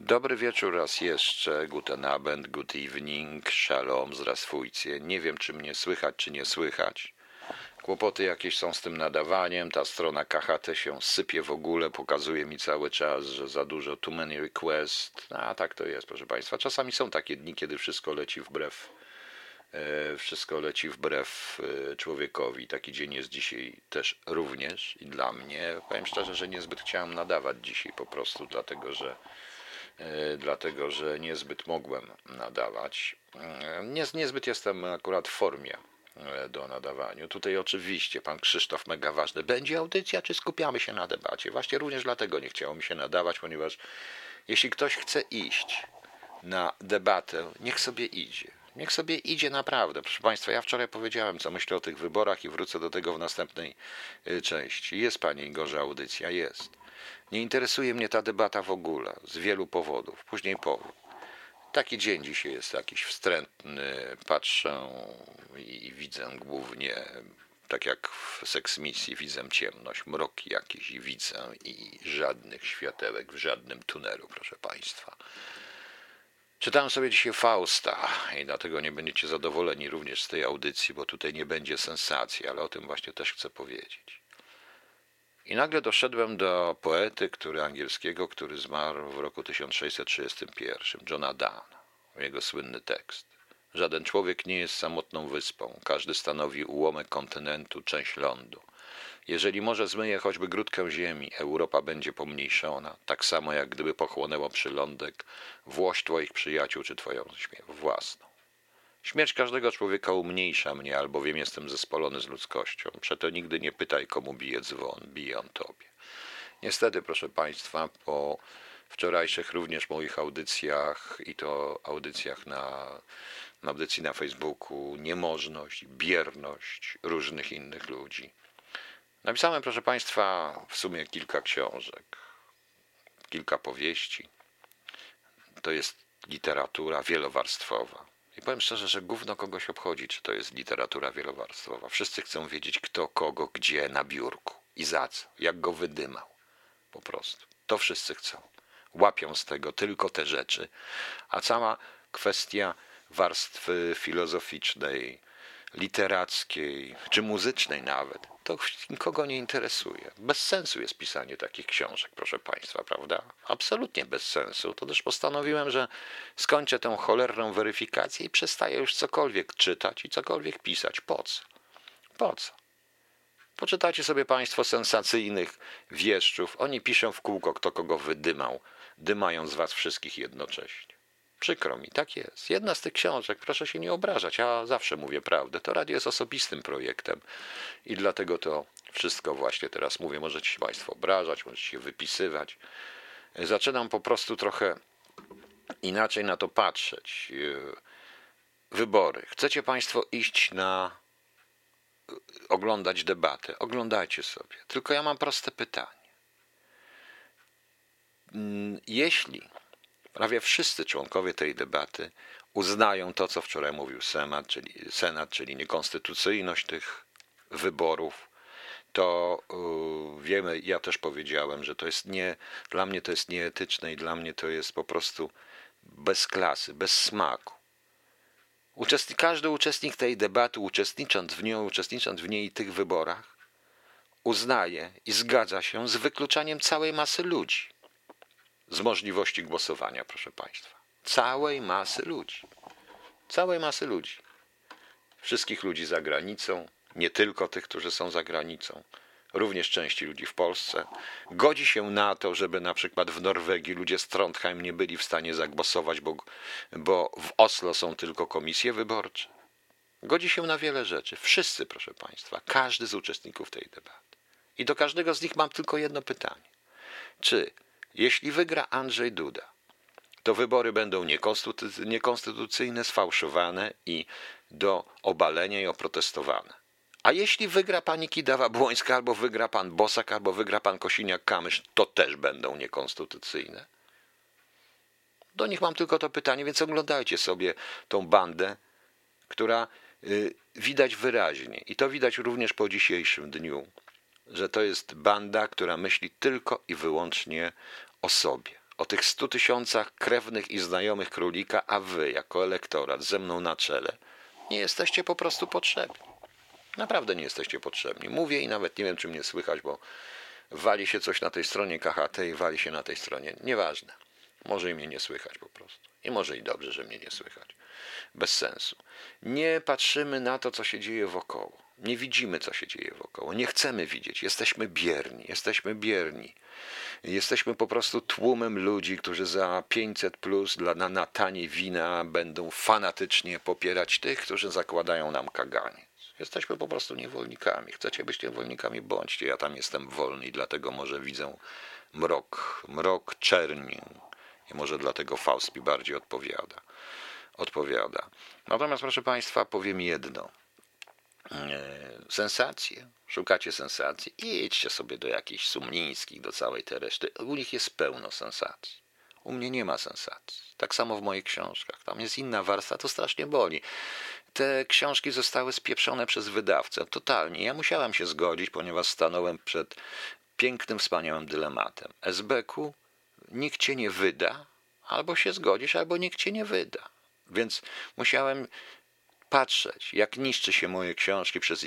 Dobry wieczór raz jeszcze, guten Abend, good evening, shalom, zdrastwujcie. Nie wiem, czy mnie słychać, czy nie słychać. Kłopoty jakieś są z tym nadawaniem, ta strona KHT się sypie w ogóle, pokazuje mi cały czas, że za dużo, too many requests. A tak to jest, proszę Państwa. Czasami są takie dni, kiedy wszystko leci wbrew człowiekowi. Taki dzień jest dzisiaj też również i dla mnie. Powiem szczerze, że niezbyt chciałem nadawać dzisiaj po prostu, dlatego że niezbyt mogłem nadawać. Niezbyt jestem akurat w formie do nadawania. Tutaj oczywiście pan Krzysztof mega ważny. Będzie audycja, czy skupiamy się na debacie? Właśnie również dlatego nie chciało mi się nadawać, ponieważ jeśli ktoś chce iść na debatę, niech sobie idzie. Niech sobie idzie naprawdę. Proszę Państwa, ja wczoraj powiedziałem, co myślę o tych wyborach i wrócę do tego w następnej części. Jest, Panie Igorze, audycja, jest. Nie interesuje mnie ta debata w ogóle, z wielu powodów. Później powiem. Taki dzień dzisiaj jest jakiś wstrętny, patrzę i widzę głównie, tak jak w seksmisji, widzę ciemność, mroki jakieś i widzę i żadnych światełek w żadnym tunelu, proszę Państwa. Czytałem sobie dzisiaj Fausta i dlatego nie będziecie zadowoleni również z tej audycji, bo tutaj nie będzie sensacji, ale o tym właśnie też chcę powiedzieć. I nagle doszedłem do poety, angielskiego, który zmarł w roku 1631, Johna Donne, jego słynny tekst. Żaden człowiek nie jest samotną wyspą, każdy stanowi ułamek kontynentu, część lądu. Jeżeli morze zmyje choćby grudkę ziemi, Europa będzie pomniejszona, tak samo jak gdyby pochłonęło przylądek włość twoich przyjaciół czy twoją własną. Śmierć każdego człowieka umniejsza mnie, albowiem jestem zespolony z ludzkością. Przeto nigdy nie pytaj, komu bije dzwon, bije on tobie. Niestety, proszę Państwa, po wczorajszych również moich audycjach i to audycjach audycji na Facebooku, niemożność, bierność różnych innych ludzi. Napisałem, proszę Państwa, w sumie kilka książek, kilka powieści. To jest literatura wielowarstwowa. I powiem szczerze, że gówno kogoś obchodzi, czy to jest literatura wielowarstwowa. Wszyscy chcą wiedzieć, kto, kogo, gdzie, na biurku i za co, jak go wydymał. Po prostu. To wszyscy chcą. Łapią z tego tylko te rzeczy. A cała kwestia warstwy filozoficznej, literackiej, czy muzycznej nawet, to nikogo nie interesuje. Bez sensu jest pisanie takich książek, proszę Państwa, prawda? Absolutnie bez sensu. To też postanowiłem, że skończę tę cholerną weryfikację i przestaję już cokolwiek czytać i cokolwiek pisać. Po co? Po co? Poczytajcie sobie Państwo sensacyjnych wieszczów. Oni piszą w kółko, kto kogo wydymał, dymając was wszystkich jednocześnie. Przykro mi, tak jest. Jedna z tych książek, proszę się nie obrażać, ja zawsze mówię prawdę, to radio jest osobistym projektem i dlatego to wszystko właśnie teraz mówię. Możecie się Państwo obrażać, możecie się wypisywać. Zaczynam po prostu trochę inaczej na to patrzeć. Wybory. Chcecie Państwo iść oglądać debatę? Oglądajcie sobie. Tylko ja mam proste pytanie. Jeśli prawie wszyscy członkowie tej debaty uznają to, co wczoraj mówił Senat, czyli niekonstytucyjność tych wyborów, to wiemy, ja też powiedziałem, że to jest dla mnie to jest nieetyczne i dla mnie to jest po prostu bez klasy, bez smaku. Każdy uczestnik tej debaty, uczestnicząc w niej i tych wyborach, uznaje i zgadza się z wykluczaniem całej masy ludzi z możliwości głosowania, proszę Państwa. Całej masy ludzi. Całej masy ludzi. Wszystkich ludzi za granicą, nie tylko tych, którzy są za granicą, również części ludzi w Polsce. Godzi się na to, żeby na przykład w Norwegii ludzie z Trondheim nie byli w stanie zagłosować, bo w Oslo są tylko komisje wyborcze. Godzi się na wiele rzeczy. Wszyscy, proszę Państwa, każdy z uczestników tej debaty. I do każdego z nich mam tylko jedno pytanie. Czy jeśli wygra Andrzej Duda, to wybory będą niekonstytucyjne, sfałszowane i do obalenia i oprotestowane. A jeśli wygra pani Kidawa-Błońska, albo wygra pan Bosak, albo wygra pan Kosiniak-Kamysz, to też będą niekonstytucyjne. Do nich mam tylko to pytanie, więc oglądajcie sobie tą bandę, która widać wyraźnie, i to widać również po dzisiejszym dniu, że to jest banda, która myśli tylko i wyłącznie o sobie, o tych 100 tysiącach krewnych i znajomych królika, a wy, jako elektorat, ze mną na czele, nie jesteście po prostu potrzebni. Naprawdę nie jesteście potrzebni. Mówię i nawet nie wiem, czy mnie słychać, bo wali się coś na tej stronie KHT i wali się na tej stronie. Nieważne. Może i mnie nie słychać po prostu. I może i dobrze, że mnie nie słychać. Bez sensu. Nie patrzymy na to, co się dzieje wokoło. Nie widzimy, co się dzieje wokoło. Nie chcemy widzieć. Jesteśmy bierni. Jesteśmy bierni. Jesteśmy po prostu tłumem ludzi, którzy za 500 plus na tanie wina będą fanatycznie popierać tych, którzy zakładają nam kaganiec. Jesteśmy po prostu niewolnikami. Chcecie być niewolnikami? Bądźcie. Ja tam jestem wolny i dlatego może widzę mrok czerni. I może dlatego Faust mi bardziej odpowiada. Natomiast, proszę Państwa, powiem jedno. Sensacje. Szukacie sensacji? Idźcie sobie do jakichś Sumlińskich, do całej tej reszty. U nich jest pełno sensacji. U mnie nie ma sensacji. Tak samo w moich książkach. Tam jest inna warstwa, to strasznie boli. Te książki zostały spieprzone przez wydawcę. Totalnie. Ja musiałem się zgodzić, ponieważ stanąłem przed pięknym, wspaniałym dylematem. SB-ku nikt cię nie wyda, albo się zgodzisz, albo nikt cię nie wyda. Więc musiałem patrzeć, jak niszczy się moje książki przez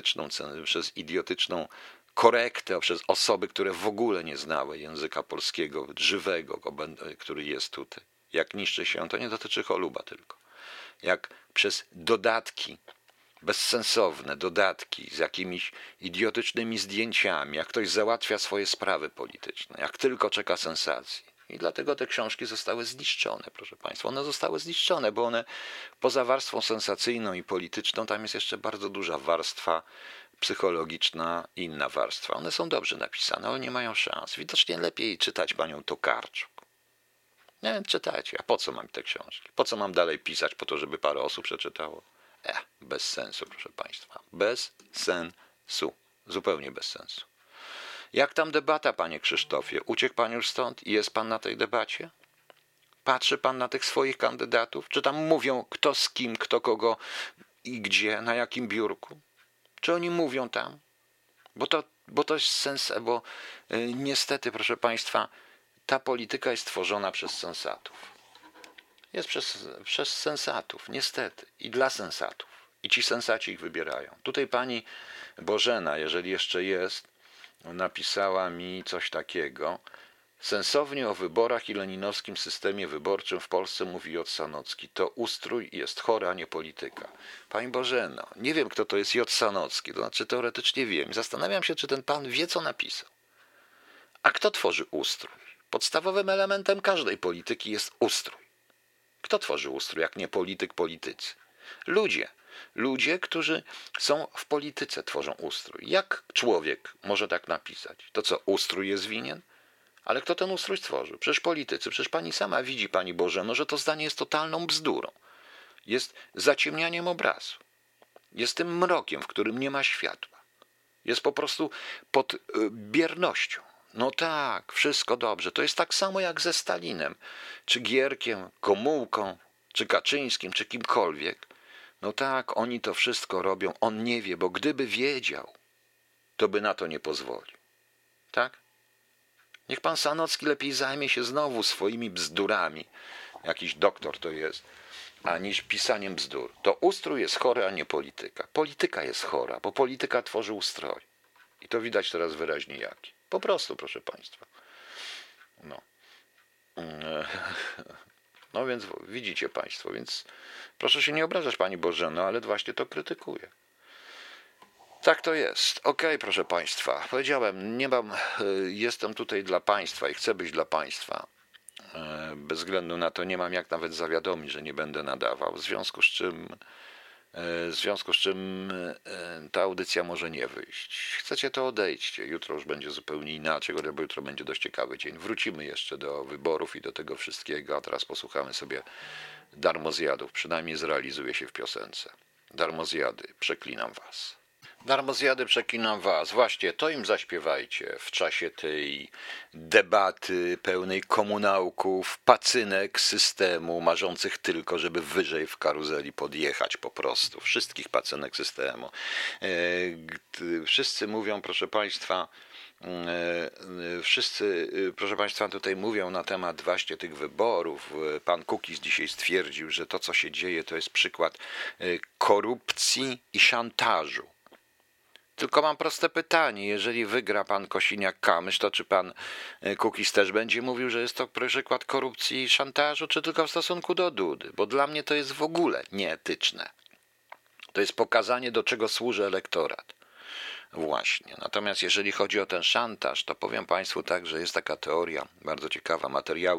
idiotyczną korektę, przez osoby, które w ogóle nie znały języka polskiego, żywego, który jest tutaj. Jak niszczy się, to nie dotyczy Choluba tylko. Jak przez dodatki, bezsensowne dodatki z jakimiś idiotycznymi zdjęciami, jak ktoś załatwia swoje sprawy polityczne, jak tylko czeka sensacji. I dlatego te książki zostały zniszczone, proszę Państwa. One zostały zniszczone, bo one poza warstwą sensacyjną i polityczną, tam jest jeszcze bardzo duża warstwa psychologiczna i inna warstwa. One są dobrze napisane, ale nie mają szans. Widocznie lepiej czytać panią Tokarczuk. Nie, czytajcie. A po co mam te książki? Po co mam dalej pisać? Po to, żeby parę osób przeczytało? Bez sensu, proszę Państwa. Bez sensu. Zupełnie bez sensu. Jak tam debata, panie Krzysztofie? Uciekł pan już stąd i jest pan na tej debacie? Patrzy pan na tych swoich kandydatów? Czy tam mówią kto z kim, kto kogo i gdzie, na jakim biurku? Czy oni mówią tam? Bo to jest sens, bo niestety, proszę Państwa, ta polityka jest tworzona przez sensatów. Jest przez sensatów, niestety. I dla sensatów. I ci sensaci ich wybierają. Tutaj pani Bożena, jeżeli jeszcze jest, napisała mi coś takiego. Sensownie o wyborach i leninowskim systemie wyborczym w Polsce mówi J. Sanocki. To ustrój jest chory, a nie polityka. Pani Bożeno, nie wiem, kto to jest J. Sanocki. To znaczy teoretycznie wiem. Zastanawiam się, czy ten pan wie, co napisał. A kto tworzy ustrój? Podstawowym elementem każdej polityki jest ustrój. Kto tworzy ustrój, jak nie polityk, politycy? Ludzie. Ludzie, którzy są w polityce, tworzą ustrój. Jak człowiek może tak napisać? To co, ustrój jest winien? Ale kto ten ustrój stworzył? Przecież politycy. Przecież pani sama widzi, pani Bożeno, że to zdanie jest totalną bzdurą. Jest zaciemnianiem obrazu. Jest tym mrokiem, w którym nie ma światła. Jest po prostu pod biernością. No tak, wszystko dobrze. To jest tak samo jak ze Stalinem, czy Gierkiem, Gomułką, czy Kaczyńskim, czy kimkolwiek. No tak, oni to wszystko robią. On nie wie, bo gdyby wiedział, to by na to nie pozwolił. Tak? Niech pan Sanocki lepiej zajmie się znowu swoimi bzdurami. Jakiś doktor to jest, aniż pisaniem bzdur. To ustrój jest chory, a nie polityka. Polityka jest chora, bo polityka tworzy ustrój. I to widać teraz wyraźnie jaki. Po prostu, proszę Państwa. No. No więc widzicie Państwo, więc proszę się nie obrażać Pani Bożeno, ale właśnie to krytykuję. Tak to jest. Okej, proszę Państwa. Powiedziałem, jestem tutaj dla Państwa i chcę być dla Państwa. Bez względu na to nie mam jak nawet zawiadomić, że nie będę nadawał. W związku z czym ta audycja może nie wyjść. Chcecie, to odejdźcie. Jutro już będzie zupełnie inaczej, bo jutro będzie dość ciekawy dzień. Wrócimy jeszcze do wyborów i do tego wszystkiego, a teraz posłuchamy sobie Darmozjadów. Przynajmniej zrealizuje się w piosence. Darmozjady, przeklinam was. Darmozjady, przeklinam was. Właśnie, to im zaśpiewajcie w czasie tej debaty pełnej komunałków, pacynek systemu, marzących tylko, żeby wyżej w karuzeli podjechać po prostu. Wszystkich pacynek systemu. Wszyscy mówią, proszę Państwa, Wszyscy, proszę Państwa, tutaj mówią na temat właśnie tych wyborów. Pan Kukiz dzisiaj stwierdził, że to, co się dzieje, to jest przykład korupcji i szantażu. Tylko mam proste pytanie, jeżeli wygra pan Kosiniak-Kamysz, to czy pan Kukiz też będzie mówił, że jest to przykład korupcji i szantażu, czy tylko w stosunku do Dudy? Bo dla mnie to jest w ogóle nieetyczne. To jest pokazanie, do czego służy elektorat. Właśnie. Natomiast jeżeli chodzi o ten szantaż, to powiem Państwu tak, że jest taka teoria, bardzo ciekawa,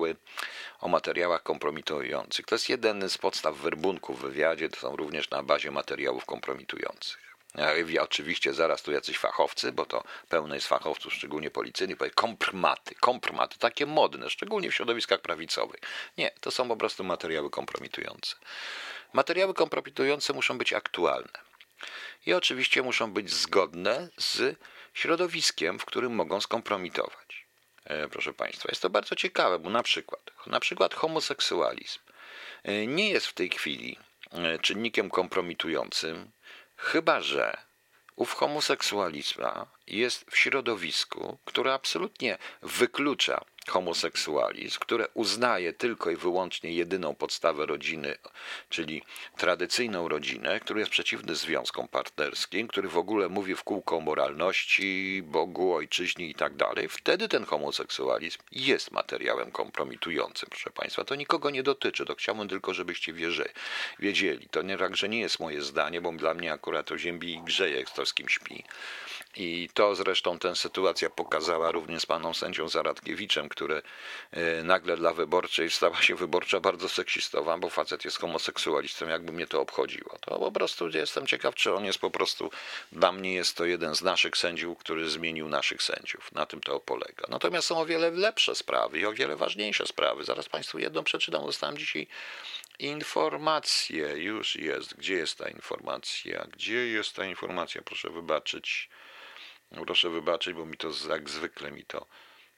o materiałach kompromitujących. To jest jeden z podstaw werbunku w wywiadzie, to są również na bazie materiałów kompromitujących. Oczywiście zaraz tu jacyś fachowcy, bo to pełno jest fachowców, szczególnie policyjnych, powie kompromaty, takie modne, szczególnie w środowiskach prawicowych. Nie, to są po prostu materiały kompromitujące. Materiały kompromitujące muszą być aktualne. I oczywiście muszą być zgodne z środowiskiem, w którym mogą skompromitować. Proszę Państwa, jest to bardzo ciekawe, bo na przykład homoseksualizm nie jest w tej chwili czynnikiem kompromitującym, chyba że ów homoseksualizm jest w środowisku, które absolutnie wyklucza homoseksualizm, które uznaje tylko i wyłącznie jedyną podstawę rodziny, czyli tradycyjną rodzinę, który jest przeciwny związkom partnerskim, który w ogóle mówi w kółko o moralności, Bogu, ojczyźnie i tak dalej, wtedy ten homoseksualizm jest materiałem kompromitującym, proszę Państwa. To nikogo nie dotyczy, to chciałbym tylko, żebyście wiedzieli. To nie tak, że nie jest moje zdanie, bo dla mnie akurat to ziębi i grzeje, kto z kim śpi. I to zresztą tę sytuacja pokazała również z panem sędzią Zaradkiewiczem, który nagle dla Wyborczej stała się Wyborcza bardzo seksistowa, bo facet jest homoseksualistą, jakby mnie to obchodziło. To po prostu jestem ciekaw, czy on jest po prostu, dla mnie jest to jeden z naszych sędziów, który zmienił naszych sędziów. Na tym to polega. Natomiast są o wiele lepsze sprawy i o wiele ważniejsze sprawy. Zaraz Państwu jedną przeczytam. Dostałem dzisiaj informację. Już jest. Gdzie jest ta informacja? Gdzie jest ta informacja? Proszę wybaczyć. Proszę wybaczyć, bo mi to jak zwykle mi to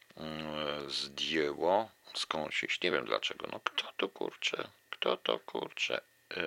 zdjęło skądś. Nie wiem dlaczego. No kto to kurczę.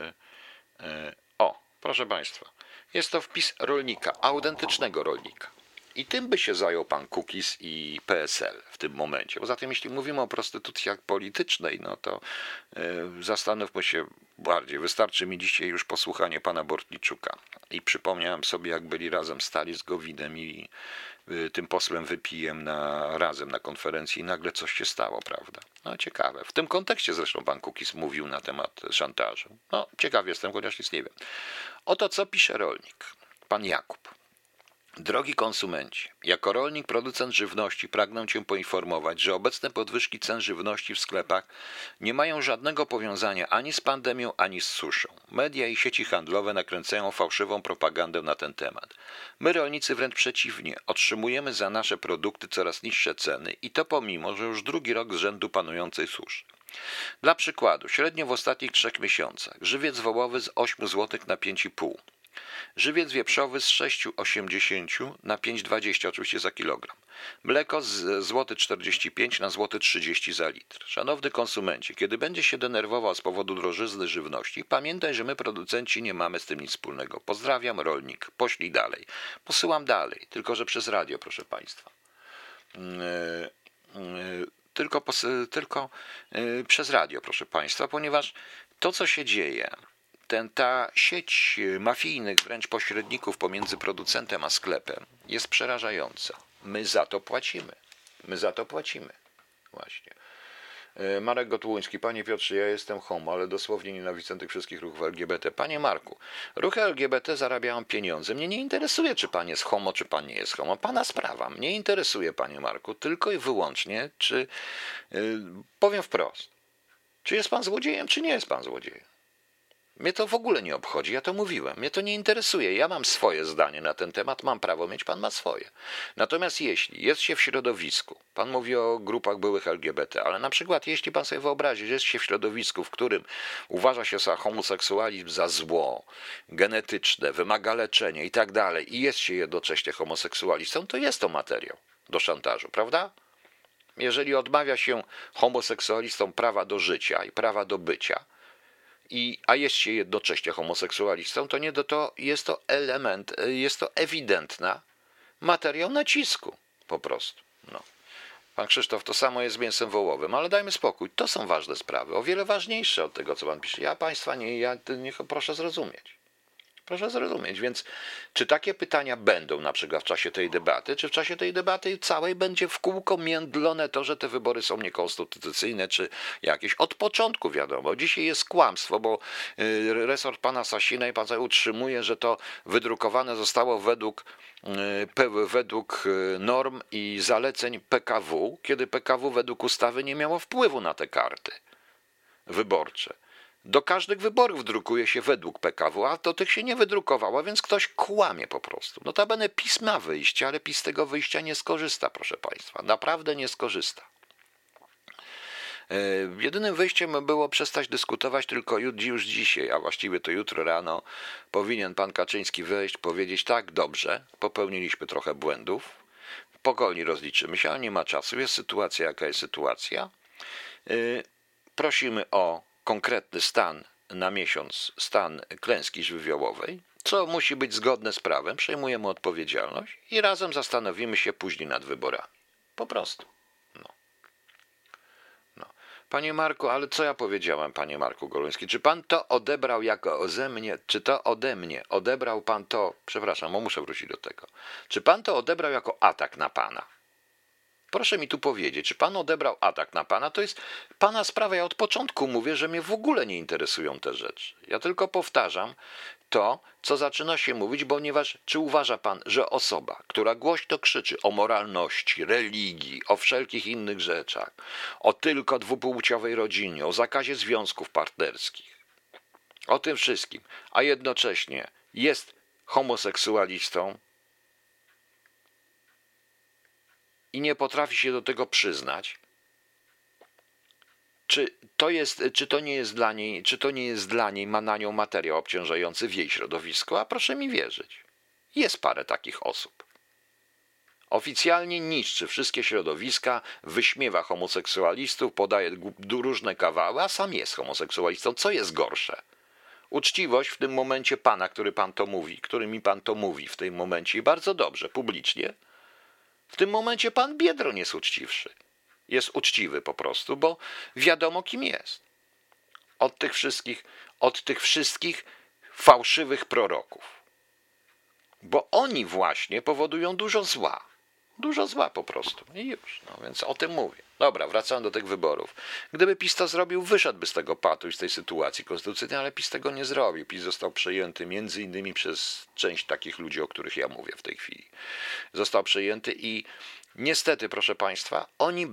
O, proszę Państwa. Jest to wpis rolnika, autentycznego rolnika. I tym by się zajął pan Kukiz i PSL w tym momencie. Poza tym, jeśli mówimy o prostytucji politycznej, no to zastanówmy się bardziej. Wystarczy mi dzisiaj już posłuchanie pana Bortniczuka. I przypomniałem sobie, jak byli razem stali z Gowinem i tym posłem Wypijem razem na konferencji i nagle coś się stało, prawda? No ciekawe. W tym kontekście zresztą pan Kukiz mówił na temat szantażu. No ciekaw jestem, chociaż nic nie wiem. Oto co pisze rolnik, pan Jakub. Drogi konsumenci, jako rolnik, producent żywności pragnę Cię poinformować, że obecne podwyżki cen żywności w sklepach nie mają żadnego powiązania ani z pandemią, ani z suszą. Media i sieci handlowe nakręcają fałszywą propagandę na ten temat. My rolnicy wręcz przeciwnie, otrzymujemy za nasze produkty coraz niższe ceny i to pomimo, że już drugi rok z rzędu panującej suszy. Dla przykładu, średnio w ostatnich 3 miesiącach żywiec wołowy z 8 zł na 5,5 zł. Żywiec wieprzowy z 6,80 na 5,20 oczywiście za kilogram. Mleko z złoty 45 na złoty 30 za litr. Szanowny konsumencie, kiedy będzie się denerwował z powodu drożyzny żywności, pamiętaj, że my producenci nie mamy z tym nic wspólnego. Pozdrawiam, rolnik. Poślij dalej. Posyłam dalej, tylko że przez radio, proszę Państwa. Tylko przez radio, proszę Państwa, ponieważ to, co się dzieje, ta sieć mafijnych wręcz pośredników pomiędzy producentem a sklepem jest przerażająca. My za to płacimy. Właśnie. Marek Gotłuński. Panie Piotrze, ja jestem homo, ale dosłownie nienawidzę tych wszystkich ruchów LGBT. Panie Marku, ruchy LGBT zarabiają pieniądze. Mnie nie interesuje, czy pan jest homo, czy pan nie jest homo. Pana sprawa. Mnie interesuje, panie Marku, tylko i wyłącznie, czy powiem wprost, czy jest pan złodziejem, czy nie jest pan złodziejem. Mnie to w ogóle nie obchodzi, ja to mówiłem. Mnie to nie interesuje. Ja mam swoje zdanie na ten temat, mam prawo mieć, pan ma swoje. Natomiast jeśli jest się w środowisku, pan mówi o grupach byłych LGBT, ale na przykład jeśli pan sobie wyobrazi, że jest się w środowisku, w którym uważa się za homoseksualizm za zło, genetyczne, wymaga leczenia i tak dalej i jest się jednocześnie homoseksualistą, to jest to materiał do szantażu, prawda? Jeżeli odmawia się homoseksualistom prawa do życia i prawa do bycia, a jest się jednocześnie homoseksualistą, to jest to ewidentna materiał nacisku. Po prostu. No. Pan Krzysztof, to samo jest z mięsem wołowym, ale dajmy spokój. To są ważne sprawy, o wiele ważniejsze od tego, co pan pisze. Ja państwa proszę zrozumieć. Proszę zrozumieć, więc czy takie pytania będą na przykład w czasie tej debaty, czy w czasie tej debaty całej będzie w kółko międlone to, że te wybory są niekonstytucyjne, czy jakieś? Od początku wiadomo. Dzisiaj jest kłamstwo, bo resort pana Sasina i pan utrzymuje, że to wydrukowane zostało według norm i zaleceń PKW, kiedy PKW według ustawy nie miało wpływu na te karty wyborcze. Do każdych wyborów drukuje się według PKW, a do tych się nie wydrukowało, więc ktoś kłamie po prostu. Notabene PiS ma wyjście, ale PiS z tego wyjścia nie skorzysta, proszę państwa. Naprawdę nie skorzysta. Jedynym wyjściem było przestać dyskutować tylko już dzisiaj, a właściwie to jutro rano powinien pan Kaczyński wyjść, powiedzieć tak, dobrze, popełniliśmy trochę błędów, spokojnie rozliczymy się, ale nie ma czasu, jest sytuacja jaka jest sytuacja. Prosimy o konkretny stan na miesiąc, stan klęski żywiołowej, co musi być zgodne z prawem, przejmujemy odpowiedzialność i razem zastanowimy się później nad wyborami. Po prostu. Panie Marku, ale co ja powiedziałem, panie Marku Goluński? Czy pan to odebrał jako ode mnie, czy to ode mnie? Odebrał pan to, przepraszam, bo muszę wrócić do tego. Czy pan to odebrał jako atak na pana? Proszę mi tu powiedzieć, czy pan odebrał atak na pana? To jest pana sprawa. Ja od początku mówię, że mnie w ogóle nie interesują te rzeczy. Ja tylko powtarzam to, co zaczyna się mówić, ponieważ czy uważa pan, że osoba, która głośno krzyczy o moralności, religii, o wszelkich innych rzeczach, o tylko dwupłciowej rodzinie, o zakazie związków partnerskich, o tym wszystkim, a jednocześnie jest homoseksualistą, i nie potrafi się do tego przyznać, czy to nie jest dla niej, ma na nią materiał obciążający w jej środowisku, a proszę mi wierzyć, jest parę takich osób. Oficjalnie niszczy wszystkie środowiska, wyśmiewa homoseksualistów, podaje różne kawały, a sam jest homoseksualistą. Co jest gorsze? Uczciwość w tym momencie pana, który mi pan to mówi w tym momencie i bardzo dobrze, publicznie. W tym momencie pan Biedroń jest uczciwszy. Jest uczciwy po prostu, bo wiadomo kim jest. Od tych wszystkich fałszywych proroków. Bo oni właśnie powodują dużo zła. Dużo zła po prostu. I już. No więc o tym mówię. Dobra, wracam do tych wyborów. Gdyby PiS to zrobił, wyszedłby z tego patu i z tej sytuacji konstytucyjnej, ale PiS tego nie zrobił. PiS został przejęty między innymi przez część takich ludzi, o których ja mówię w tej chwili. Został przejęty i niestety, proszę państwa, oni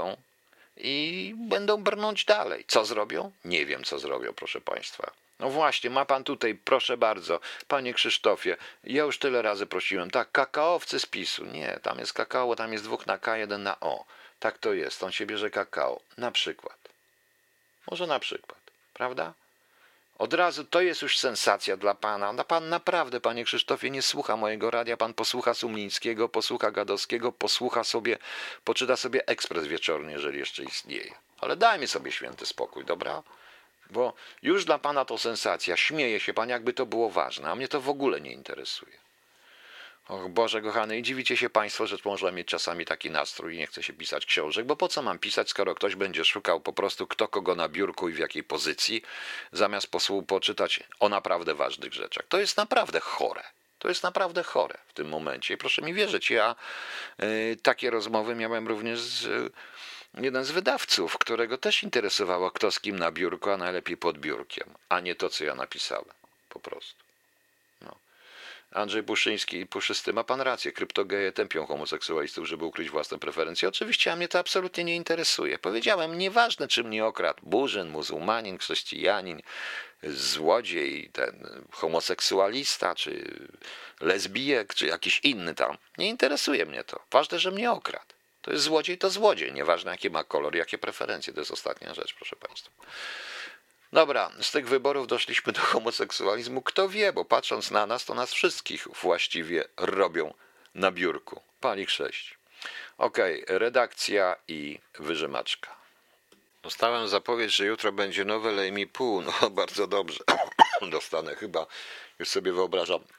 będą brnąć dalej. Co zrobią? Nie wiem, co zrobią, proszę państwa. No właśnie, ma pan tutaj, proszę bardzo, panie Krzysztofie, ja już tyle razy prosiłem, tak, kakaowcy z PiS-u. Nie, tam jest kakao, tam jest 2 na K, 1 na O. Tak to jest, on się bierze kakao. Na przykład. Może na przykład, prawda? Od razu to jest już sensacja dla pana. No pan naprawdę, panie Krzysztofie, nie słucha mojego radia, pan posłucha Sumlińskiego, posłucha Gadowskiego, poczyta sobie Ekspres Wieczorny, jeżeli jeszcze istnieje. Ale dajmy sobie święty spokój, dobra? Bo już dla pana to sensacja, śmieje się pan, jakby to było ważne, a mnie to w ogóle nie interesuje. Och Boże kochany, i dziwicie się państwo, że można mieć czasami taki nastrój i nie chce się pisać książek, bo po co mam pisać, skoro ktoś będzie szukał po prostu kto kogo na biurku i w jakiej pozycji, zamiast poczytać o naprawdę ważnych rzeczach. To jest naprawdę chore. To jest naprawdę chore w tym momencie. I proszę mi wierzyć, ja takie rozmowy miałem również z jeden z wydawców, którego też interesowało kto z kim na biurku, a najlepiej pod biurkiem, a nie to, co ja napisałem. Po prostu. Andrzej Puszysty, ma pan rację, kryptogeje tępią homoseksualistów, żeby ukryć własne preferencje. Oczywiście, a mnie to absolutnie nie interesuje. Powiedziałem, nieważne czy mnie okradł Burzyn, muzułmanin, chrześcijanin, złodziej, ten homoseksualista, czy lesbijek, czy jakiś inny tam. Nie interesuje mnie to. Ważne, że mnie okradł. To jest złodziej, nieważne jaki ma kolor, jakie preferencje. To jest ostatnia rzecz, proszę państwa. Dobra, z tych wyborów doszliśmy do homoseksualizmu. Kto wie, bo patrząc na nas, to nas wszystkich właściwie robią na biurku. Palik 6. Okej, redakcja i wyżymaczka. Dostałem zapowiedź, że jutro będzie nowe Lejmi Pół. No bardzo dobrze. Dostanę chyba, już sobie wyobrażam,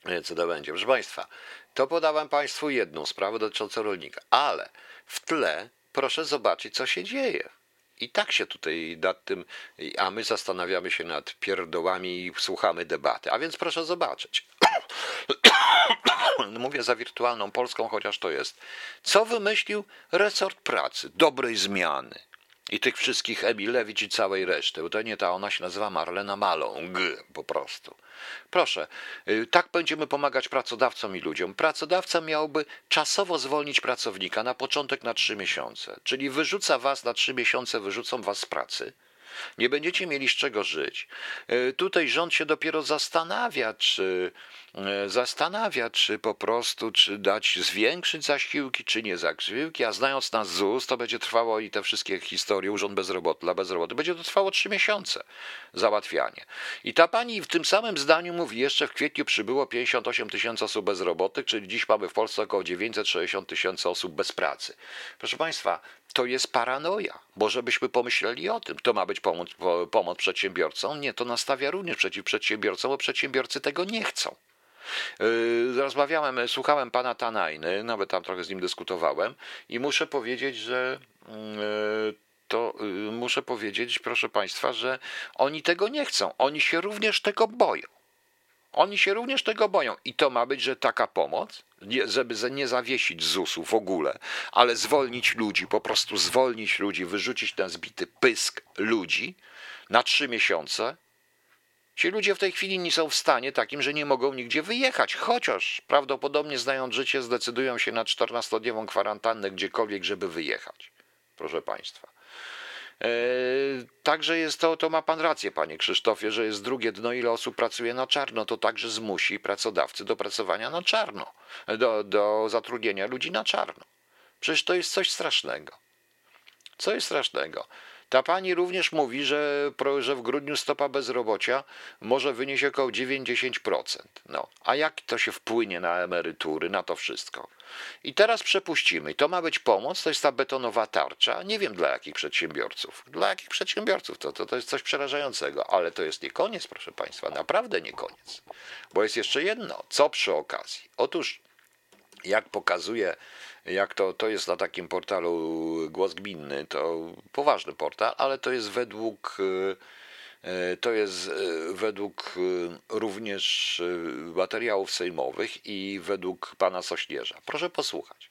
co to będzie. Proszę Państwa, to podałem Państwu jedną sprawę dotyczącą rolnika, ale w tle proszę zobaczyć, co się dzieje. I tak się tutaj nad tym, a my zastanawiamy się nad pierdołami i słuchamy debaty. A więc proszę zobaczyć. Mówię za wirtualną Polską, chociaż to jest. Co wymyślił resort pracy, dobrej zmiany i tych wszystkich Emilewicz i całej reszty, bo to nie ta, ona się nazywa Marlena Maląg po prostu. Proszę, tak będziemy pomagać pracodawcom i ludziom. Pracodawca miałby czasowo zwolnić pracownika na początek na 3 miesiące, czyli wyrzuca was na 3 miesiące, wyrzucą was z pracy. Nie będziecie mieli z czego żyć. Tutaj rząd się dopiero zastanawia, czy po prostu, czy dać zwiększyć zasiłki, czy nie zasiłki, a znając nas ZUS, to będzie trwało i te wszystkie historie, urząd dla bezrobotnych, będzie to trwało 3 miesiące załatwianie. I ta pani w tym samym zdaniu mówi, jeszcze w kwietniu przybyło 58 tysięcy osób bezrobotnych, czyli dziś mamy w Polsce około 960 tysięcy osób bez pracy. Proszę Państwa, to jest paranoja, bo żebyśmy pomyśleli o tym, to ma być pomoc przedsiębiorcom, nie, to nastawia również przeciw przedsiębiorcom, bo przedsiębiorcy tego nie chcą. Słuchałem pana Tanajny, nawet tam trochę z nim dyskutowałem i muszę powiedzieć, muszę powiedzieć, proszę państwa, że oni tego nie chcą, oni się również tego boją. Oni się również tego boją i to ma być, że taka pomoc, żeby nie zawiesić ZUS-u w ogóle, ale zwolnić ludzi, po prostu zwolnić ludzi, wyrzucić ten zbity pysk ludzi na 3 miesiące. Ci ludzie w tej chwili nie są w stanie takim, że nie mogą nigdzie wyjechać, chociaż prawdopodobnie znając życie zdecydują się na 14-dniową kwarantannę gdziekolwiek, żeby wyjechać. Proszę Państwa. Także jest to ma pan rację, panie Krzysztofie, że jest drugie dno, ile osób pracuje na czarno, to także zmusi pracodawcy do pracowania na czarno, do zatrudnienia ludzi na czarno. Przecież to jest coś strasznego. Co jest strasznego? Ta pani również mówi, że w grudniu stopa bezrobocia może wynieść około 9-10%. No, a jak to się wpłynie na emerytury, na to wszystko? I teraz przepuścimy. To ma być pomoc, to jest ta betonowa tarcza. Nie wiem dla jakich przedsiębiorców. Dla jakich przedsiębiorców? To jest coś przerażającego, ale to jest nie koniec, proszę Państwa, naprawdę nie koniec. Bo jest jeszcze jedno, co przy okazji? Otóż, jak pokazuje, to jest na takim portalu Głos Gminny, to poważny portal, ale to jest według również materiałów sejmowych i według pana Sośnierza. Proszę posłuchać.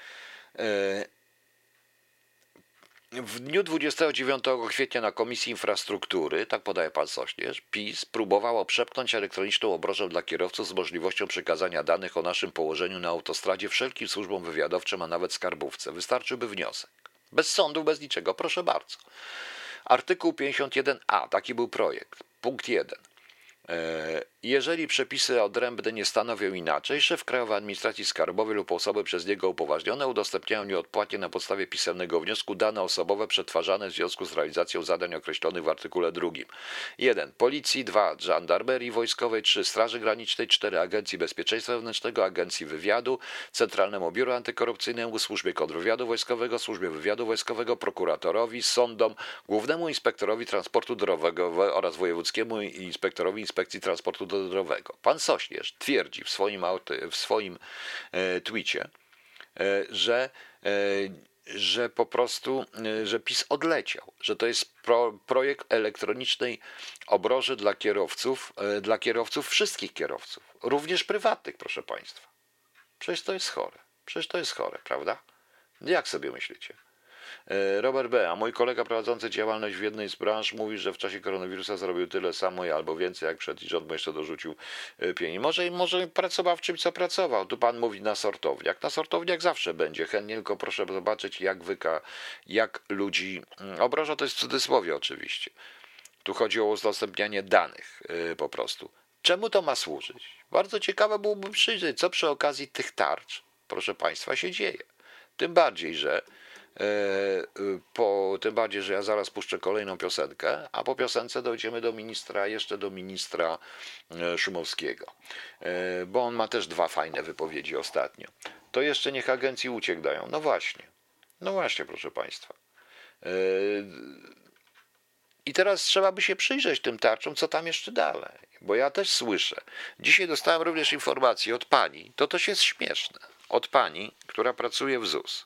W dniu 29 kwietnia na Komisji Infrastruktury, tak podaje pan Sośnierz, PiS próbowało przepchnąć elektroniczną obrożę dla kierowców z możliwością przekazania danych o naszym położeniu na autostradzie wszelkim służbom wywiadowczym, a nawet skarbówce. Wystarczyłby wniosek. Bez sądu, bez niczego, proszę bardzo. Artykuł 51a, taki był projekt. Punkt 1. Jeżeli przepisy odrębne nie stanowią inaczej, szef Krajowej Administracji Skarbowej lub osoby przez niego upoważnione udostępniają nieodpłatnie na podstawie pisemnego wniosku dane osobowe przetwarzane w związku z realizacją zadań określonych w artykule 2. 1. Policji, 2. Żandarmerii Wojskowej, 3. Straży Granicznej, 4. Agencji Bezpieczeństwa Wewnętrznego, Agencji Wywiadu, Centralnemu Biuru Antykorupcyjnemu, Służbie Kontrwywiadu Wojskowego, Służbie Wywiadu Wojskowego, Prokuratorowi, sądom, Głównemu Inspektorowi Transportu Drogowego oraz Wojewódzkiemu Inspektorowi Inspekcji Transportu Drogowego. Pan Sośnierz twierdzi w swoim twicie, że po prostu, że PiS odleciał, że to jest projekt elektronicznej obroży dla kierowców, wszystkich kierowców, również prywatnych, proszę Państwa. Przecież to jest chore, prawda? Jak sobie myślicie? Robert B., a mój kolega prowadzący działalność w jednej z branż mówi, że w czasie koronawirusa zrobił tyle samo albo więcej jak przed i rząd mu jeszcze dorzucił pieniędzy. Może pracował w czymś, co pracował. Tu pan mówi na sortowniach. Na sortowniach zawsze będzie. Chętnie tylko proszę zobaczyć, jak ludzi... Obroża to jest w cudzysłowie oczywiście. Tu chodzi o udostępnianie danych po prostu. Czemu to ma służyć? Bardzo ciekawe byłoby przyjrzeć, co przy okazji tych tarcz, proszę Państwa, się dzieje. Tym bardziej, że ja zaraz puszczę kolejną piosenkę, a po piosence dojdziemy jeszcze do ministra Szumowskiego, bo on ma też 2 fajne wypowiedzi ostatnio. To jeszcze niech agencji uciek dają. No właśnie, proszę Państwa. I teraz trzeba by się przyjrzeć tym tarczom, co tam jeszcze dalej. bo ja też słyszę. Dzisiaj dostałem również informację od pani, to też jest śmieszne, od pani, która pracuje w ZUS.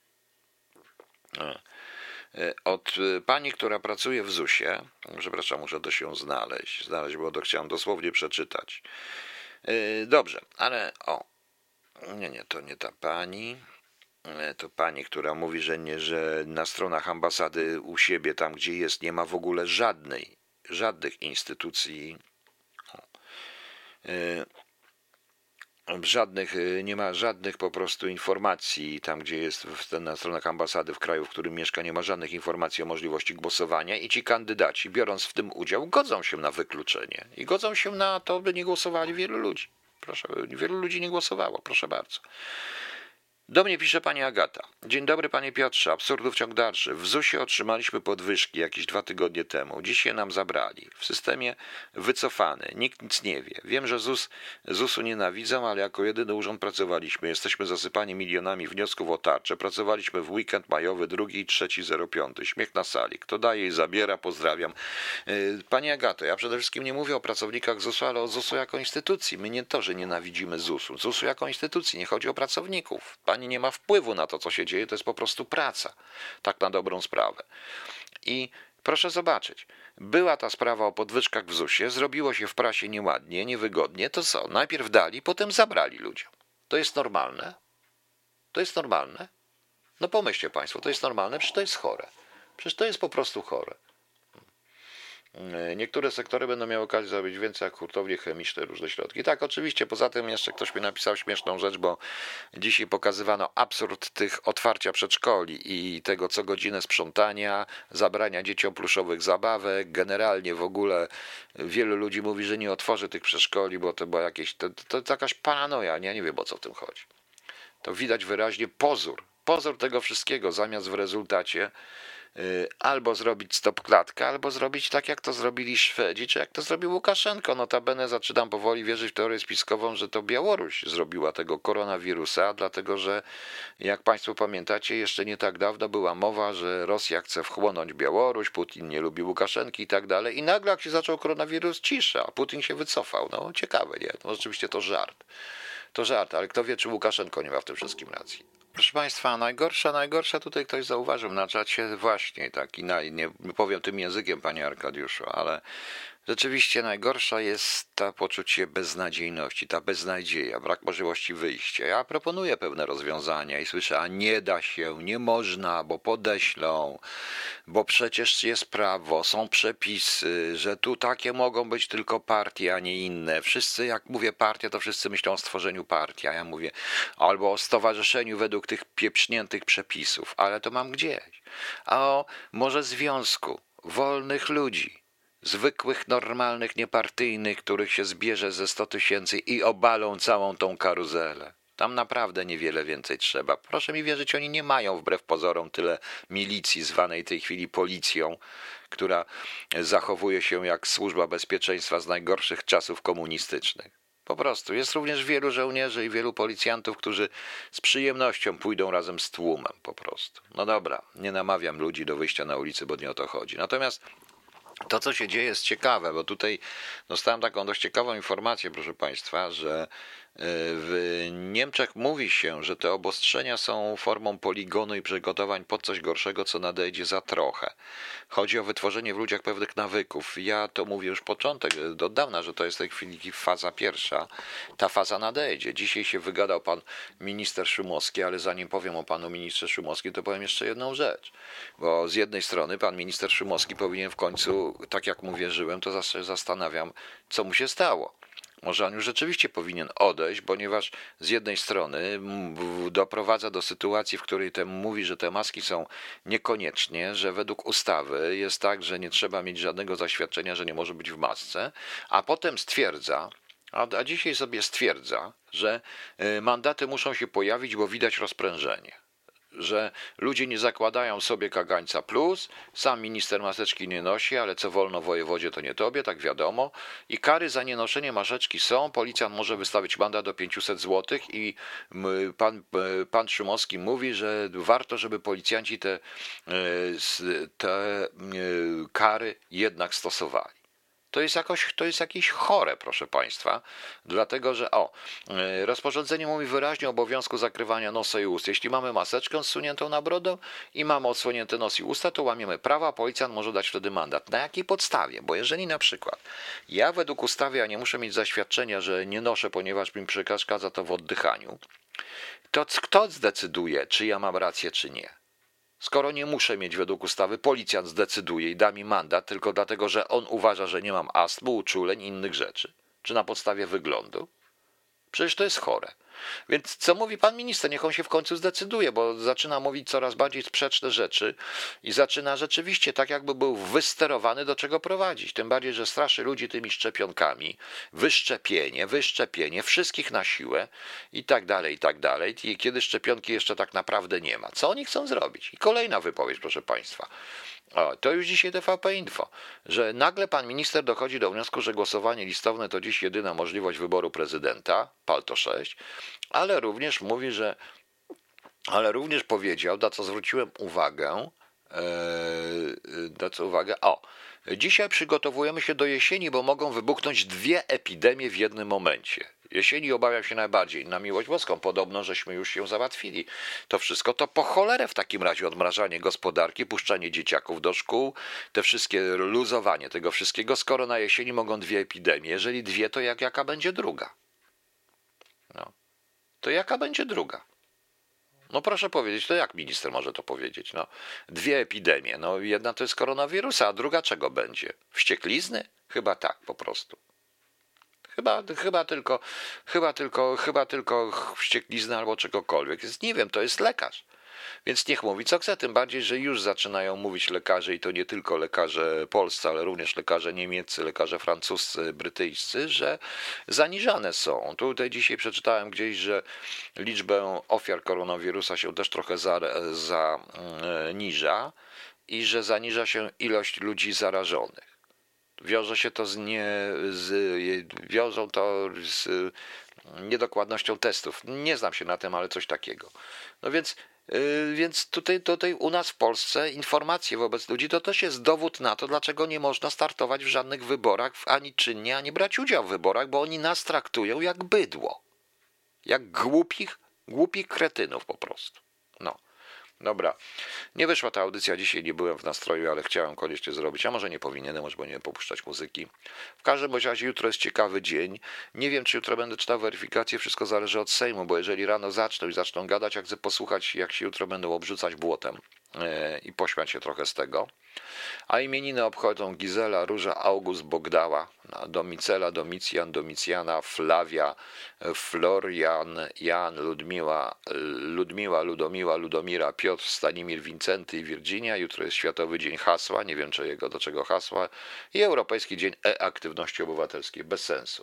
Od pani, która pracuje w ZUS-ie, przepraszam, muszę to się znaleźć, bo to chciałem dosłownie przeczytać. Dobrze, ale nie, to nie ta pani. To pani, która mówi, że na stronach ambasady u siebie, tam gdzie jest, nie ma w ogóle żadnych instytucji, nie ma żadnych po prostu informacji, tam gdzie jest na stronach ambasady w kraju, w którym mieszka, nie ma żadnych informacji o możliwości głosowania i ci kandydaci, biorąc w tym udział, godzą się na wykluczenie i godzą się na to, by nie głosowali wielu ludzi. Proszę, wielu ludzi nie głosowało, proszę bardzo. Do mnie pisze pani Agata. Dzień dobry panie Piotrze, absurdów ciąg dalszy. W ZUS-ie otrzymaliśmy podwyżki jakieś 2 tygodnie temu. Dziś je nam zabrali. W systemie wycofany. Nikt nic nie wie. Wiem, że ZUS-u nienawidzą, ale jako jedyny urząd pracowaliśmy. Jesteśmy zasypani milionami wniosków o tarczę. Pracowaliśmy w weekend majowy, 2 i 3.05. Śmiech na sali. Kto daje i zabiera, pozdrawiam. Pani Agato, ja przede wszystkim nie mówię o pracownikach ZUS-u, ale o ZUS-u jako instytucji. My nie to, że nienawidzimy ZUS-u. ZUS-u jako instytucji. Nie chodzi o pracowników. Pani nie ma wpływu na to, co się dzieje, to jest po prostu praca, tak na dobrą sprawę. I proszę zobaczyć, była ta sprawa o podwyżkach w ZUS-ie, zrobiło się w prasie nieładnie, niewygodnie, to co? Najpierw dali, potem zabrali ludziom. To jest normalne? To jest normalne? No pomyślcie państwo, to jest normalne? Przecież to jest chore. Przecież to jest po prostu chore. Niektóre sektory będą miały okazję zrobić więcej, jak hurtownie chemiczne, różne środki. Tak, oczywiście, poza tym jeszcze ktoś mi napisał śmieszną rzecz, bo dzisiaj pokazywano absurd tych otwarcia przedszkoli i tego co godzinę sprzątania, zabrania dzieciom pluszowych zabawek. Generalnie w ogóle wielu ludzi mówi, że nie otworzy tych przedszkoli, bo to była to jakaś paranoja, nie wiem o co w tym chodzi. To widać wyraźnie pozór tego wszystkiego, zamiast w rezultacie albo zrobić stopklatkę, albo zrobić tak, jak to zrobili Szwedzi, czy jak to zrobił Łukaszenko. Notabene zaczynam powoli wierzyć w teorię spiskową, że to Białoruś zrobiła tego koronawirusa, dlatego że, jak państwo pamiętacie, jeszcze nie tak dawno była mowa, że Rosja chce wchłonąć Białoruś, Putin nie lubi Łukaszenki i tak dalej. I nagle, jak się zaczął koronawirus, cisza, a Putin się wycofał. No ciekawe, nie? No, oczywiście to żart. To żart, ale kto wie, czy Łukaszenko nie ma w tym wszystkim racji. Proszę państwa, najgorsza tutaj ktoś zauważył na czacie właśnie taki, nie powiem tym językiem, panie Arkadiuszu, ale rzeczywiście najgorsza jest to poczucie beznadziejności, ta beznadzieja, brak możliwości wyjścia. Ja proponuję pewne rozwiązania i słyszę, a nie da się, nie można, bo podeślą, bo przecież jest prawo, są przepisy, że tu takie mogą być tylko partie, a nie inne. Wszyscy, jak mówię partia, to wszyscy myślą o stworzeniu partii, a ja mówię albo o stowarzyszeniu według tych pieprzniętych przepisów, ale to mam gdzieś. A o może związku wolnych ludzi, zwykłych, normalnych, niepartyjnych, których się zbierze ze 100 000 i obalą całą tą karuzelę. Tam naprawdę niewiele więcej trzeba. Proszę mi wierzyć, oni nie mają wbrew pozorom tyle milicji, zwanej tej chwili policją, która zachowuje się jak służba bezpieczeństwa z najgorszych czasów komunistycznych. Po prostu jest również wielu żołnierzy i wielu policjantów, którzy z przyjemnością pójdą razem z tłumem po prostu. No dobra, nie namawiam ludzi do wyjścia na ulicę, bo nie o to chodzi. Natomiast to, co się dzieje, jest ciekawe, bo tutaj dostałem taką dość ciekawą informację, proszę państwa, że w Niemczech mówi się, że te obostrzenia są formą poligonu i przygotowań pod coś gorszego, co nadejdzie za trochę. Chodzi o wytworzenie w ludziach pewnych nawyków. Ja to mówię już początek, od dawna, że to jest w tej chwili faza pierwsza. Ta faza nadejdzie. Dzisiaj się wygadał pan minister Szumowski, ale zanim powiem o panu ministrze Szumowskim, to powiem jeszcze jedną rzecz. Bo z jednej strony pan minister Szumowski powinien w końcu, tak jak mu wierzyłem, to zawsze zastanawiam, co mu się stało. Może on już rzeczywiście powinien odejść, ponieważ z jednej strony doprowadza do sytuacji, w której mówi, że te maski są niekoniecznie, że według ustawy jest tak, że nie trzeba mieć żadnego zaświadczenia, że nie może być w masce, a potem stwierdza, a dzisiaj sobie stwierdza, że mandaty muszą się pojawić, bo widać rozprężenie. Że ludzie nie zakładają sobie kagańca plus, sam minister maseczki nie nosi, ale co wolno wojewodzie, to nie tobie, tak wiadomo. I kary za nienoszenie maseczki są, policjant może wystawić mandat do 500 zł i pan Szumowski mówi, że warto, żeby policjanci te kary jednak stosowali. To jest jakieś chore, proszę Państwa, dlatego że rozporządzenie mówi wyraźnie o obowiązku zakrywania nosa i ust. Jeśli mamy maseczkę zsuniętą na brodę i mamy odsłonięte nos i usta, to łamiemy prawa, a policjant może dać wtedy mandat. Na jakiej podstawie? Bo jeżeli na przykład ja według ustawy nie muszę mieć zaświadczenia, że nie noszę, ponieważ mi przeszkadza to w oddychaniu, to kto zdecyduje, czy ja mam rację, czy nie? Skoro nie muszę mieć według ustawy, policjant zdecyduje i da mi mandat tylko dlatego, że on uważa, że nie mam astmy, uczuleń i innych rzeczy. Czy na podstawie wyglądu? Przecież to jest chore. Więc co mówi pan minister? Niech on się w końcu zdecyduje, bo zaczyna mówić coraz bardziej sprzeczne rzeczy i zaczyna rzeczywiście tak, jakby był wysterowany, do czego prowadzić. Tym bardziej, że straszy ludzi tymi szczepionkami, wyszczepienie, wszystkich na siłę i tak dalej, i tak dalej. I kiedy szczepionki jeszcze tak naprawdę nie ma. Co oni chcą zrobić? I kolejna wypowiedź, proszę państwa. To już dzisiaj TVP Info, że nagle pan minister dochodzi do wniosku, że głosowanie listowne to dziś jedyna możliwość wyboru prezydenta, Palto 6, ale również mówi, ale również powiedział, na co zwróciłem uwagę, dzisiaj przygotowujemy się do jesieni, bo mogą wybuchnąć 2 epidemie w jednym momencie. Jesieni obawiam się najbardziej. Na miłość boską, podobno, żeśmy już się załatwili. To wszystko to po cholerę w takim razie odmrażanie gospodarki, puszczanie dzieciaków do szkół, te wszystkie luzowanie tego wszystkiego, skoro na jesieni mogą 2 epidemie. Jeżeli 2, to jaka będzie druga? To jaka będzie druga? No proszę powiedzieć, to jak minister może to powiedzieć? 2 epidemie. Jedna to jest koronawirusa, a druga czego będzie? Wścieklizny? Chyba tak po prostu. Chyba tylko wścieklizny albo czegokolwiek. Nie wiem, to jest lekarz. Więc niech mówi co chce, tym bardziej, że już zaczynają mówić lekarze i to nie tylko lekarze polscy, ale również lekarze niemieccy, lekarze francuscy, brytyjscy, że zaniżane są. Tutaj dzisiaj przeczytałem gdzieś, że liczbę ofiar koronawirusa się też trochę zaniża i że zaniża się ilość ludzi zarażonych. Wiążą to z niedokładnością testów. Nie znam się na tym, ale coś takiego. Więc tutaj u nas w Polsce informacje wobec ludzi to też jest dowód na to, dlaczego nie można startować w żadnych wyborach, ani czynnie, ani brać udział w wyborach, bo oni nas traktują jak bydło. Jak głupich kretynów po prostu. Dobra. Nie wyszła ta audycja dzisiaj, nie byłem w nastroju, ale chciałem koniecznie zrobić, a może nie powinienem, może powinienem popuszczać muzyki. W każdym razie jutro jest ciekawy dzień. Nie wiem, czy jutro będę czytał weryfikację, wszystko zależy od Sejmu, bo jeżeli rano zaczną gadać, jak chcę posłuchać, jak się jutro będą obrzucać błotem i pośmiać się trochę z tego. A imieniny obchodzą Gizela, Róża, August, Bogdała, Domicela, Domicjan, Domicjana, Flavia, Florian, Jan, Ludmiła, Ludomiła, Ludomira, Piotr, Stanimir, Wincenty i Virginia. Jutro jest Światowy Dzień Hasła, nie wiem do czego hasła, i Europejski Dzień E-Aktywności Obywatelskiej, bez sensu.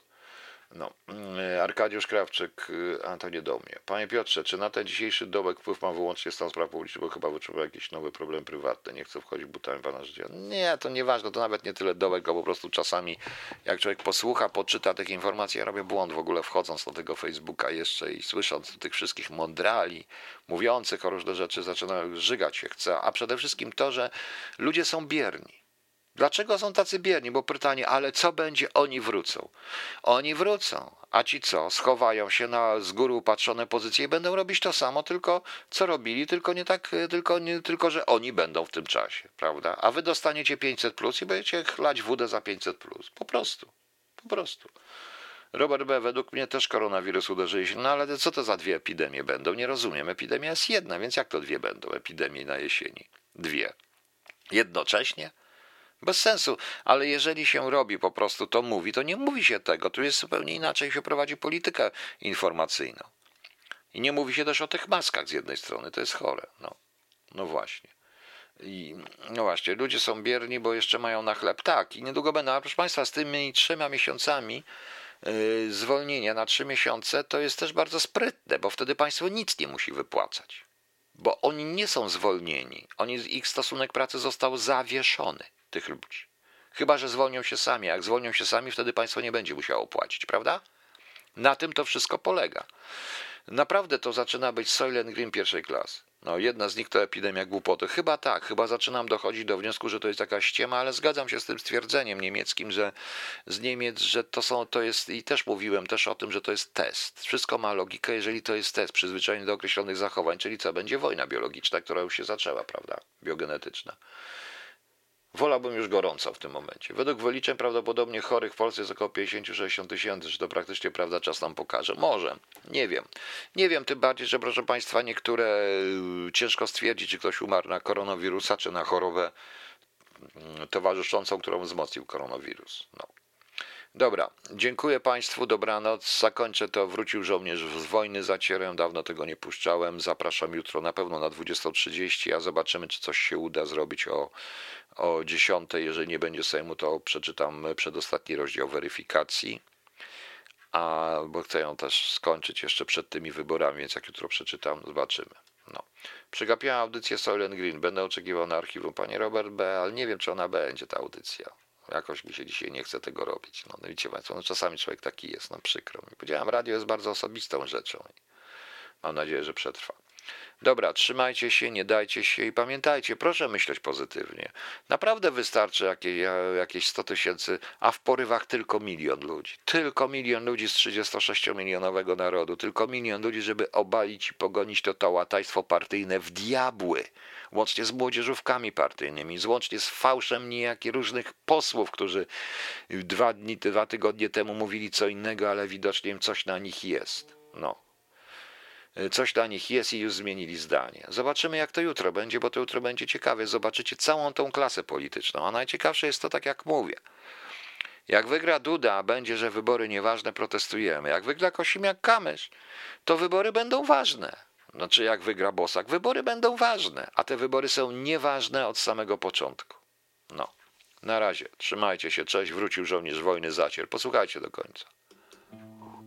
Arkadiusz Krawczyk, a to nie do mnie. Panie Piotrze, czy na ten dzisiejszy dołek wpływ ma wyłącznie stan spraw publicznych, bo chyba wyczuwa jakieś nowe problemy prywatne, nie chcę wchodzić butami pana życia. Nie, to nieważne, to nawet nie tyle dołek, bo po prostu czasami jak człowiek posłucha, poczyta tych informacji, ja robię błąd w ogóle wchodząc do tego Facebooka jeszcze i słysząc tych wszystkich mądrali, mówiących o różne rzeczy, zaczyna żygać się chce, a przede wszystkim to, że ludzie są bierni. Dlaczego są tacy bierni? Bo pytanie, ale co będzie? Oni wrócą. Oni wrócą. A ci co? Schowają się na z góry upatrzone pozycje i będą robić to samo, tylko co robili, tylko że oni będą w tym czasie, prawda? A wy dostaniecie 500 plus i będziecie chlać wódę za 500 plus. Po prostu. Robert B., według mnie też koronawirus uderzyli się. Ale co to za 2 epidemie będą? Nie rozumiem. Epidemia jest jedna, więc jak to 2 będą epidemie na jesieni? 2. Jednocześnie? Bez sensu, ale jeżeli się robi po prostu to mówi, to nie mówi się tego. Tu jest zupełnie inaczej się prowadzi politykę informacyjną. I nie mówi się też o tych maskach z jednej strony, to jest chore. No właśnie. Właśnie, ludzie są bierni, bo jeszcze mają na chleb. Tak, i niedługo będą, ale proszę Państwa, z tymi 3 miesiącami zwolnienia na 3 miesiące to jest też bardzo sprytne, bo wtedy państwo nic nie musi wypłacać. Bo oni nie są zwolnieni. Ich stosunek pracy został zawieszony. Tych ludzi. Chyba że zwolnią się sami. Jak zwolnią się sami, wtedy państwo nie będzie musiało płacić, prawda? Na tym to wszystko polega. Naprawdę to zaczyna być Soylent Green pierwszej klasy. No, jedna z nich to epidemia głupoty. Chyba tak, chyba zaczynam dochodzić do wniosku, że to jest jakaś ściema, ale zgadzam się z tym stwierdzeniem niemieckim, że z Niemiec, że to jest, i też mówiłem też o tym, że to jest test. Wszystko ma logikę, jeżeli to jest test, przyzwyczajenie do określonych zachowań, czyli co, będzie wojna biologiczna, która już się zaczęła, prawda, biogenetyczna. Wolałbym już gorąco w tym momencie. Według wyliczeń prawdopodobnie chorych w Polsce jest około 50-60 tysięcy. Czy to praktycznie prawda, czas nam pokaże? Może. Nie wiem. Nie wiem, tym bardziej, że proszę Państwa, niektóre ciężko stwierdzić, czy ktoś umarł na koronawirusa, czy na chorobę towarzyszącą, którą wzmocnił koronawirus. No. Dobra, dziękuję Państwu, dobranoc. Zakończę to. Wrócił żołnierz z wojny, zacierę, dawno tego nie puszczałem. Zapraszam jutro na pewno na 20:30, a zobaczymy, czy coś się uda zrobić o 10. Jeżeli nie będzie Sejmu, to przeczytam przedostatni rozdział weryfikacji, bo chcę ją też skończyć jeszcze przed tymi wyborami, więc jak jutro przeczytam, zobaczymy. No. Przegapiłem audycję Soylent Green. Będę oczekiwał na archiwum pani Robert B., ale nie wiem, czy ona będzie, ta audycja. Jakoś mi się dzisiaj nie chce tego robić. No widzicie Państwo, no czasami człowiek taki jest, no przykro mi. Powiedziałem, radio jest bardzo osobistą rzeczą. Mam nadzieję, że przetrwa. Dobra, trzymajcie się, nie dajcie się i pamiętajcie, proszę myśleć pozytywnie. Naprawdę wystarczy jakieś 100 tysięcy, a w porywach tylko 1 milion ludzi. Tylko 1 milion ludzi z 36-milionowego narodu. Tylko 1 milion ludzi, żeby obalić i pogonić to łatajstwo partyjne w diabły. Łącznie z młodzieżówkami partyjnymi, łącznie z fałszem niejaki różnych posłów, którzy 2 tygodnie temu mówili co innego, ale widocznie coś na nich jest. No. Coś dla nich jest i już zmienili zdanie. Zobaczymy, jak to jutro będzie, bo to jutro będzie ciekawe. Zobaczycie całą tą klasę polityczną. A najciekawsze jest to, tak jak mówię. Jak wygra Duda, będzie, że wybory nieważne, protestujemy. Jak wygra Kosiniak-Kamysz, to wybory będą ważne. Znaczy, jak wygra Bosak, wybory będą ważne. A te wybory są nieważne od samego początku. No, na razie. Trzymajcie się. Cześć. Wrócił żołnierz wojny, zacier. Posłuchajcie do końca.